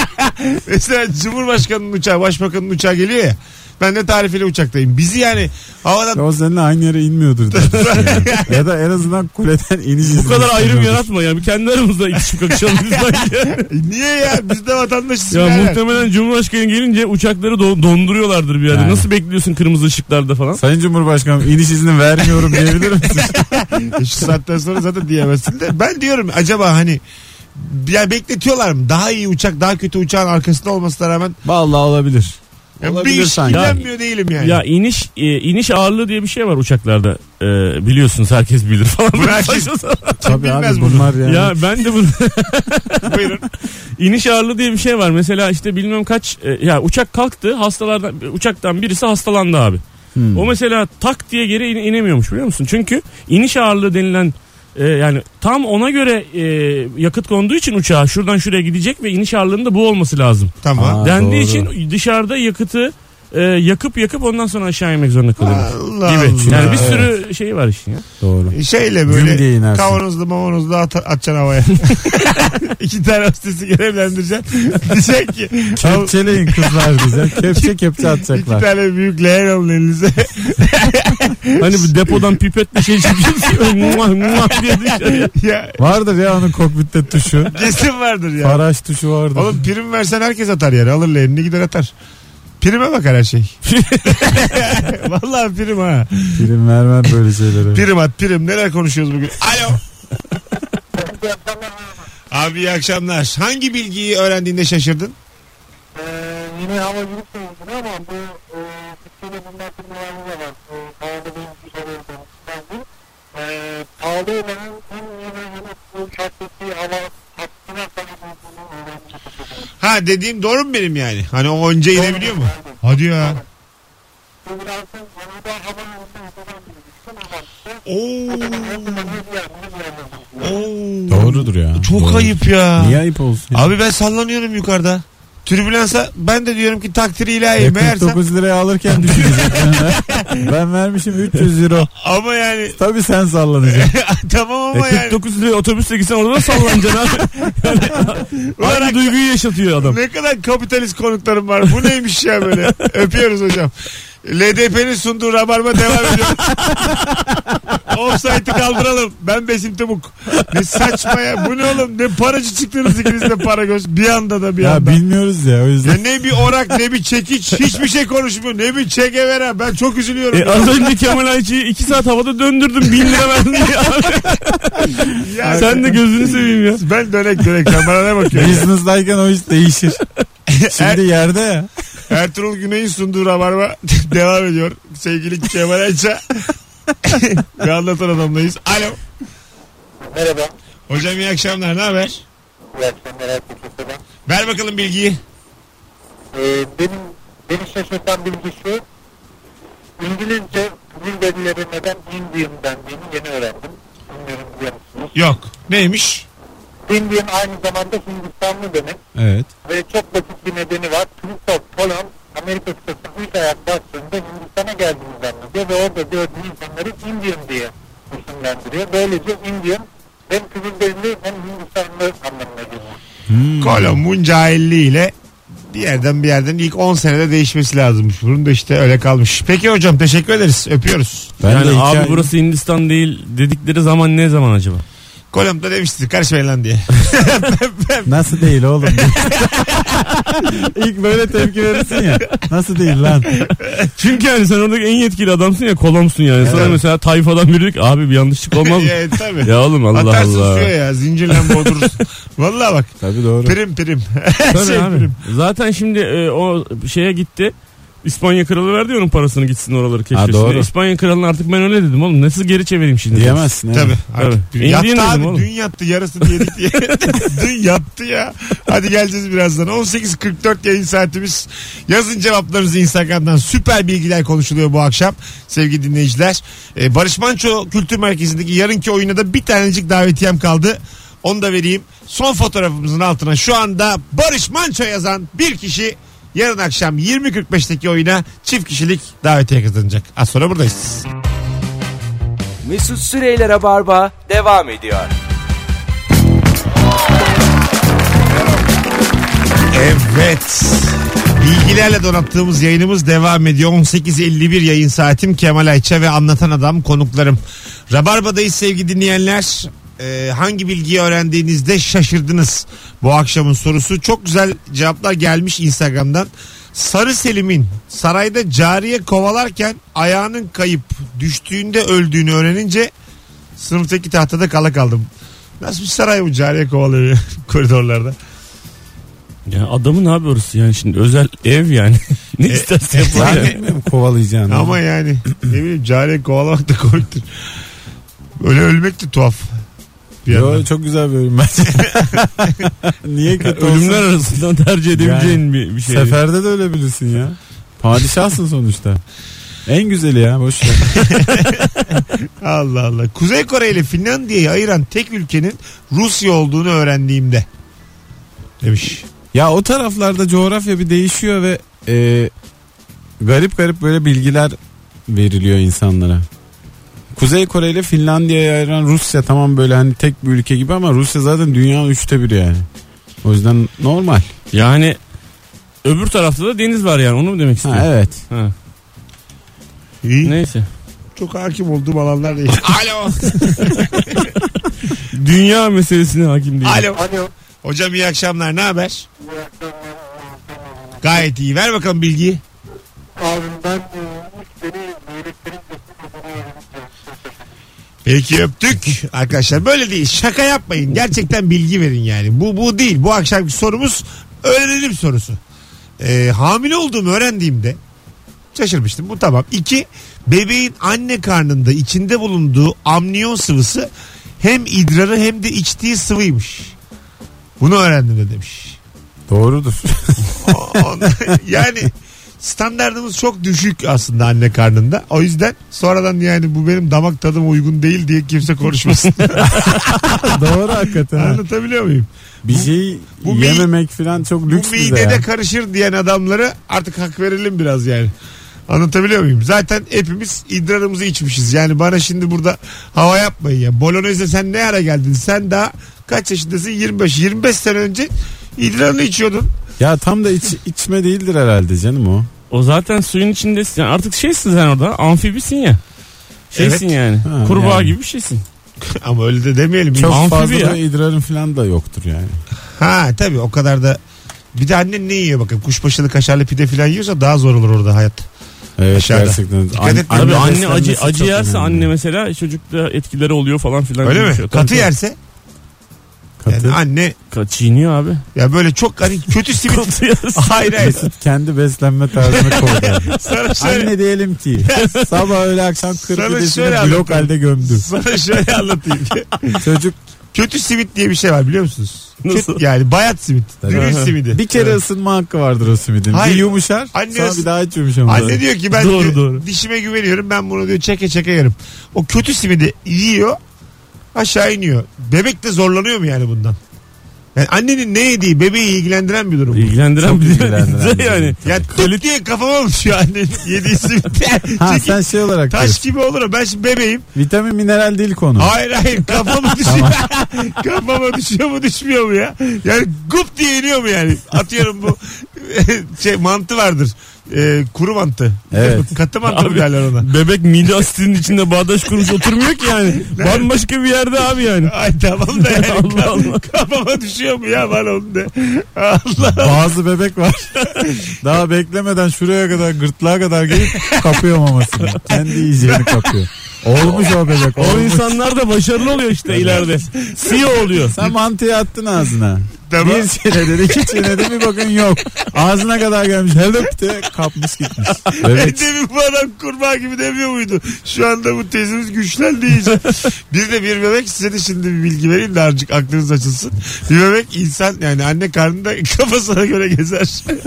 mesela Cumhurbaşkanı'nın uçağı, Başbakan'ın uçağı geliyor ya. Ben de tarifeli uçaktayım. Bizi yani havadan O seninle aynı yere inmiyordur. Yani. Ya da en azından kuleden iniş izni Bu kadar ayrım istemiyordur. yaratma ya. Bir kendi aramızda itişip kakışalım biz bence. niye ya? Biz de vatandaşız. Ya birader. muhtemelen Cumhurbaşkanı gelince uçakları donduruyorlardır bir yerde. Yani. Nasıl bekliyorsun kırmızı ışıklarda falan? Sayın Cumhurbaşkanım iniş izni vermiyorum diyebilir misin? Şu saatten sonra zaten diyemezsin de. Ben diyorum acaba hani ya bekletiyorlar mı? Daha iyi uçak, daha kötü uçağın arkasında olmasına rağmen Vallahi olabilir. ya bir Olabilir iş sanki. ilgilenmiyor değilim yani. Ya iniş ağırlığı diye bir şey var uçaklarda. Biliyorsunuz, herkes bilir falan. Bu herkes- Saçma sapan. Tabii bilmez abi bunu? bunlar yani. Ya ben de bunu Buyurun. iniş ağırlığı diye bir şey var. Mesela işte bilmem kaç ya uçak kalktı, uçaktan birisi hastalandı abi. O mesela tak diye geri inemiyormuş, biliyor musun? Çünkü iniş ağırlığı denilen yani tam ona göre yakıt konduğu için uçağa şuradan şuraya gidecek ve iniş ağırlığının da bu olması lazım. Tamam. Aa, Dendiği doğru. için dışarıda yakıtı yakıp ondan sonra aşağı inmek zorunda kalıyorlar. Allah Gibi. Allah. Yani bir sürü şey var işin ya. Doğru. Şeyle Güm diye böyle inersin. kavanozlu mavanozlu atacaksın havaya. 2 tane hostesi görevlendireceksin. Diyecek ki Kepçeleyin kızlar bize. Kepçe 2 atacaklar. tane büyük leğen alın elinize. Hani bu depodan pipetle şey çıkıyorsun. Muah diye dışarıya. Ya Vardır ya onun kokpitte tuşu. kesin vardır ya. Faraş tuşu vardır. Oğlum prim versen herkes atar yani. Alır leğenini gider atar. Prime bakar her şey. Vallahi prim ha. Prim vermem böyle şeylere. Prim at prim. Neler konuşuyoruz bugün? Alo. Abi iyi akşamlar. Hangi bilgiyi öğrendiğinde şaşırdın? Yine havacılık sorusu ama bu Türkiye'de bundan firmalarımız da var. Pahalı bir şey oldu. Pahalı olanın hem yine hem bu uçaktaki hava hattına sahip olduğunu öğrenmek. Ha dediğim doğru mu benim yani? Hani o önce inebiliyor mu? Hadi ya. Bu birazdan havada hava yolunda yapılan bir Doğrudur ya. Çok Doğru. ayıp ya. Niye ayıp olsun? Ya? Abi ben sallanıyorum yukarıda. Türbülansa ben de diyorum ki takdiri ilahi. Meğersem... 49 liraya alırken düşünecek. Ben vermişim 300 euro. Ama yani. Tabii sen sallanacaksın. Tamam ama yani. 49 liraya otobüsle gitsen orada da sallanacaksın abi. Aynı duyguyu yaşatıyor adam. Ne kadar kapitalist konuklarım var. Bu neymiş ya böyle. Öpüyoruz hocam. LDP'nin sunduğu Rabarba devam ediyor. Offside'ı kaldıralım. Ben Besim Tımuk. Ne saçma ya. Bu ne oğlum? Ne paracı çıktınız ikiniz de para göz. Bir anda da bir ya anda. bilmiyoruz ya o yüzden. Ya ne bir orak ne bir çekiç. Hiçbir şey konuşmuyor. Ne bir çekeveren. Ben çok üzülüyorum. Az önce Kemal Ayçi'yi 2 saat havada döndürdüm. 1000 lira verdim diye abi. Ya Sen de gözünü seveyim ya. Ben dönek. Sen bana ne bakıyorsun? Business'dayken o iş değişir. Şimdi yerde ya. Ertuğrul Güney'in sunduğu Rabarba devam ediyor. Sevgili Kemal Ayça. Ve anlatan adamdayız. Alo. Merhaba. Hocam iyi akşamlar. Ne haber? İyi akşamlar. Herkese. Ver bakalım bilgiyi. Beni şaşırtan bilgi şu. İngilizce dil verileri neden Indian dendiğini yeni öğrendim. Bilmiyorum biliyor musunuz? Yok. Neymiş? Indian aynı zamanda Hindistanlı demek. Evet. Ve çok basit bir nedeni var. Christoph Kolomb Amerika kıtasına ilk ayak bastığında Hindistan'a geldiğini zannediyor ve orada gördüğü insanları Indian diye isimlendiriyor. Böylece Indian hem Kızılderili hem Hindistanlı anlamına geliyor. Kolomb'un cahilliğiyle bir yerden ilk 10 senede değişmesi lazımmış. Bunun da işte öyle kalmış. Peki hocam teşekkür ederiz. Öpüyoruz. Ben Yani de abi burası Hindistan değil dedikleri zaman ne zaman acaba? Kolomb'da demiştir karışmayın lan diye. Nasıl değil oğlum? İlk böyle tepki verirsin ya. Nasıl değil lan? Çünkü yani sen oradaki en yetkili adamsın ya, kolomsun yani. Sana mesela tayfadan biri diyor ki abi bir yanlışlık olmaz mı? Ya, tabii. Ya oğlum Allah Atarsın Allah. suya ya zincirle boğdurursun. Vallahi bak. Tabii doğru. Prim. Tabii Şey, abi. prim. Zaten şimdi o şeye gitti. İspanya kralı verdi onun parasını gitsin oraları keşfetsin. doğru. İspanya kralına artık ben öyle dedim oğlum. Nasıl geri çevireyim şimdi? Diyemezsin. Tabii. Artık Tabii. yattı Indian abi. dedim oğlum. Dün yattı. Yarısını yedik diye. Dün yattı ya. Hadi geleceğiz birazdan. 18.44 yayın saatimiz. Yazın cevaplarınızı Instagram'dan. Süper bilgiler konuşuluyor bu akşam. Sevgili dinleyiciler. Barış Manço Kültür Merkezi'ndeki yarınki oyuna da bir tanecik davetiyem kaldı. Onu da vereyim. Son fotoğrafımızın altına şu anda Barış Manço yazan bir kişi yarın akşam 20.45'teki oyuna çift kişilik davetiye kazanacak. Az sonra buradayız. Mesut Süreyler'e barba devam ediyor. Evet. Bilgilerle donattığımız yayınımız devam ediyor. 18.51 yayın saatim. Kemal Ayça ve Anlatan Adam konuklarım. Rabarba'dayız sevgili dinleyenler. Hangi bilgiyi öğrendiğinizde şaşırdınız? Bu akşamın sorusu. Çok güzel cevaplar gelmiş Instagram'dan. Sarı Selim'in sarayda cariye kovalarken ayağının kayıp düştüğünde öldüğünü öğrenince sınıftaki tahtada kala kaldım. Nasıl bir saray bu cariye kovalıyor koridorlarda? Ya adamın abi orası yani şimdi özel ev yani. Ne isterse yapar yani. Zannetmiyorum kovalayacağını. Ama yani ne bileyim cariye kovalamak da komiktir. Öyle ölmek de tuhaf. Yo, çok güzel bir ölüm bence. Niye kötü Ölümler olsun? arasından tercih edebileceğin bir şey. Seferde de ölebilirsin ya. Padişahsın sonuçta. En güzeli ya boş ver. Allah Allah. Kuzey Kore ile Finlandiya'yı ayıran tek ülkenin Rusya olduğunu öğrendiğimde demiş. Ya o taraflarda coğrafya bir değişiyor ve garip böyle bilgiler veriliyor insanlara. Kuzey Kore ile Finlandiya'ya ayıran Rusya tamam böyle hani tek bir ülke gibi ama Rusya zaten dünyanın 1/3 yani. O yüzden normal. Yani öbür tarafta da deniz var yani, onu mu demek istiyorsun? Evet. Ha. İyi. Neyse. Çok hakim olduğum alanlar değil. Alo. Dünya meselesine hakim değil. Alo. Alo. Hocam iyi akşamlar. Ne haber? İyi akşamlar. Gayet iyi. Ver bakalım bilgiyi. Abim ben ilk beni elektrik yapıp Peki öptük. Arkadaşlar böyle değil. Şaka yapmayın. Gerçekten bilgi verin yani. Bu değil. Bu akşamki sorumuz öğrenelim sorusu. Hamile olduğumu öğrendiğimde şaşırmıştım. Bu tamam. 2. Bebeğin anne karnında içinde bulunduğu amniyon sıvısı hem idrarı hem de içtiği sıvıymış. Bunu öğrendim de demiş. Doğrudur. Yani standartımız çok düşük aslında anne karnında. O yüzden sonradan yani bu benim damak tadıma uygun değil diye kimse konuşmasın. Doğru hakikaten. Anlatabiliyor muyum? Bir şey bu yememek falan çok lüks Bu bize midede ya. karışır diyen adamlara artık hak verelim biraz yani. Anlatabiliyor muyum? Zaten hepimiz idrarımızı içmişiz. Yani bana şimdi burada hava yapmayın ya. Bolognese sen ne ara geldin? Sen daha kaç yaşındasın? 25. 25 sene önce idrarını içiyordun. Ya tam da içme değildir herhalde canım o. O zaten suyun içindesin. Yani artık şeysin sen orada. Amfibisin ya. Şeysin Evet. yani. Ha, Kurbağa yani. gibi bir şeysin. Ama öyle de demeyelim. Çok Amfibi fazla ya. da idrarın falan da yoktur yani. Ha tabii o kadar da. Bir de annen ne yiyor bakın. Kuşbaşılı kaşarlı pide falan yiyorsa daha zor olur orada hayat. Evet Aşağıda. gerçekten. Dikkat et. Tabii anne beslenmesi acı çok yerse önemli. anne mesela çocukta etkileri oluyor falan filan. Öyle gibi mi? bir şey. Katı Tabii, yerse Katı. yani anne çiğniyor abi. ya böyle çok hani kötü simit. Katı yerse. Hayır hayır. Mesut kendi beslenme tarzını koydu. Sana şöyle, Anne diyelim ki sabah öğle akşam 40 Sana pidesini şöyle blok anlatayım. halde gömdü. sana şöyle anlatayım. Çocuk Kötü simit diye bir şey var biliyor musunuz? Nasıl? Yani bayat simit. Dürüm simidi. bir kere ısınma hakkı vardır o simidin. Hayır. Bir yumuşar Anne sonra ıs- bir daha hiç yumuşamaz. Anne diyor ki ben Doğru, diyor, doğru. dişime güveniyorum ben bunu diyor çeke çeke yerim. O kötü simidi yiyor aşağı iniyor. Bebek de zorlanıyor mu yani bundan? Yani annenin ne yediği bebeği ilgilendiren bir durum. bu. İlgilendiren Çok bir ilgilendiren bir yani. Ya tut diye kafama mı düşüyor annenin yediği simit? Ha Çünkü sen şey olarak taş diyorsun. gibi olur o. Ben şimdi bebeğim. Vitamin mineral değil konu. Hayır kafama düşüyor. Kafama düşüyor mu düşmüyor mu ya? Yani gup diye iniyor mu yani? Atıyorum bu mantı vardır. Kuru mantı. Evet. Katı mantı mı Abi, derler ona? Bebek mide asitinin içinde bağdaş kurmuş oturmuyor ki yani. Bambaşka bir yerde abi yani. Ay tamam da yani Allah Allah. kafama düşüyor mu ya bana onu de. Allah. Bazı bebek var. Daha beklemeden şuraya kadar gırtlağa kadar gelip kapıyor mamasını. Kendi yiyeceğini kapıyor. Olmuş o bebek. O Olmuş. insanlar da başarılı oluyor işte ileride. CEO oluyor. Sen mantıyı attın ağzına. Tamam. Bir çenede iki çenede bir bakın yok. Ağzına kadar gelmiş. Help de kapmış gitmiş. Bebek. Demin bu adam kurbağa gibi demiyor muydu? Şu anda bu tezimiz güçlendi iyice. Bir bebek size de şimdi bir bilgi vereyim de azıcık aklınız açılsın. Bir bebek insan yani anne karnında kafasına göre gezer.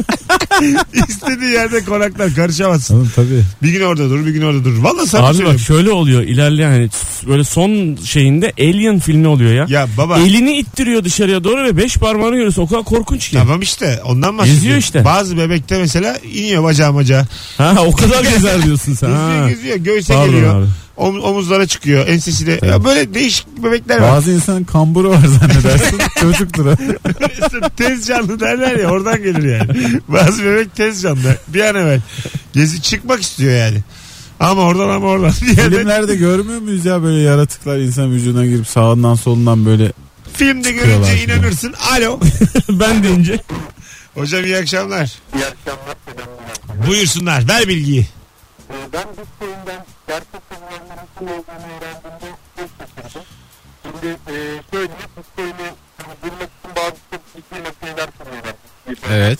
İstediği yerde konaklar karışamazsın. Oğlum tabii. Bir gün orada dur bir gün orada dur. Valla sana Abi bak söylüyorum. şöyle oluyor ilerleyen hani böyle son şeyinde Alien filmi oluyor ya. Ya baba. Elini ittiriyor dışarıya doğru ve 5 parmağını görüyorsun. O kadar korkunç ki. Tamam işte ondan bahsediyorum. Geziyor işte. Bazı bebekte mesela iniyor bacağı. Ha o kadar gezer diyorsun sen. Ha. Geziyor göğüse Pardon geliyor. abi. Omuzlara çıkıyor ensesine. Ya böyle değişik bebekler var. Bazı insanın kamburu var zannedersin. Çocuktur o. Tez canlı derler ya oradan gelir yani. Bazı bebek tez canlı. Bir an evvel. Gezi çıkmak istiyor yani. Ama oradan. Bir yerden- Filmlerde görmüyor muyuz ya böyle yaratıklar insan vücuduna girip sağından solundan böyle. Filmde Çıkıyorlar görünce falan. inanırsın. Alo. Ben deyince. Hocam iyi akşamlar. İyi akşamlar. Selamlar. Buyursunlar. Ver bilgiyi. Ben Bitcoin'den gerçek kullananların kim olduğunu öğrendiğimde çok şaşırdım. Şimdi şöyle Bitcoin'i bulmak için bazı çok ciddi makineler kuruyorlar. Evet.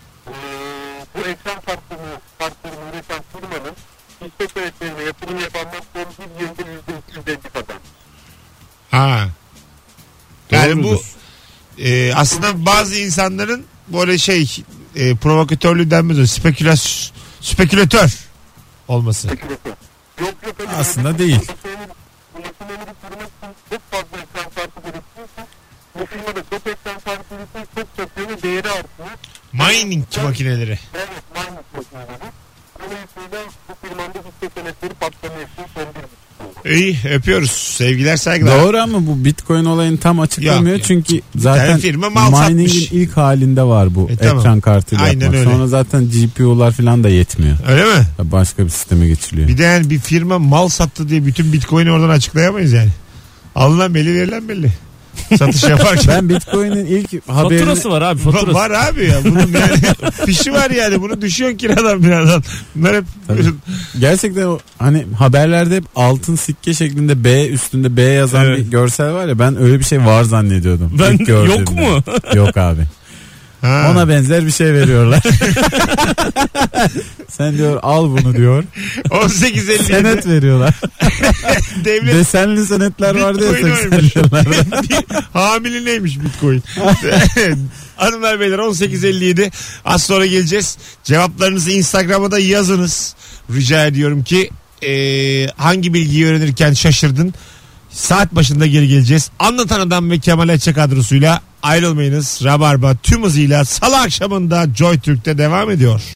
Bu ekran kartlarını üreten firmanın hizmet öğretmenine yatırım yapanlar son bir yılda %250 kazanmış. Ha. Yani bu Doğrudur. aslında bazı insanların böyle provokatörlüğü denmez o. Spekülatör olması. Yok hayır. Aslında değil. Bu makineleri kurmak için çok fazla ekran kartı gerekiyorsa bu firma da çok ekran kartı üretirse çok satıyor ve değeri artıyor. Mining makineleri. Evet, mining makineleri. Dolayısıyla bu firmanın hisse senetleri patlamaya için son bir buçuk yıl. İyi öpüyoruz. Sevgiler saygılar. Doğru ama bu Bitcoin olayını tam açıklamıyor. Yok. Çünkü zaten firma mal mining'in satmış. ilk halinde var bu Tamam. ekran kartıyla Aynen yapmak. öyle. Sonra zaten GPU'lar falan da yetmiyor. Öyle mi? Başka bir sisteme geçiliyor. Bir de yani bir firma mal sattı diye bütün Bitcoin'i oradan açıklayamayız yani. Alınan belli verilen belli. Satış yaparken. Ben Bitcoin'in ilk haberini... Faturası var abi, faturası. Var abi ya. Bunun yani fişi var yani. Bunu düşüyorsun kiradan binadan. Bunlar hep Gerçekten o hani haberlerde hep altın sikke şeklinde B üstünde B yazan Evet. bir görsel var ya, ben öyle bir şey var zannediyordum. Ben İlk gördüğümde. yok mu? Yok abi. Ha. Ona benzer bir şey veriyorlar. Sen diyor al bunu diyor. 18.57 Senet veriyorlar. devlet Desenli senetler vardı ya Bitcoin 80'li oymuş. yıllarda. hamile neymiş Bitcoin? Hanımlar beyler 18.57 az sonra geleceğiz. Cevaplarınızı Instagram'a da yazınız. Rica ediyorum ki hangi bilgiyi öğrenirken şaşırdın? Saat başında geri geleceğiz. Anlatan Adam ve Kemal Ayça kadrosuyla ayrılmayınız. Rabarba tüm hızıyla Salı akşamında Joy Türk'te devam ediyor.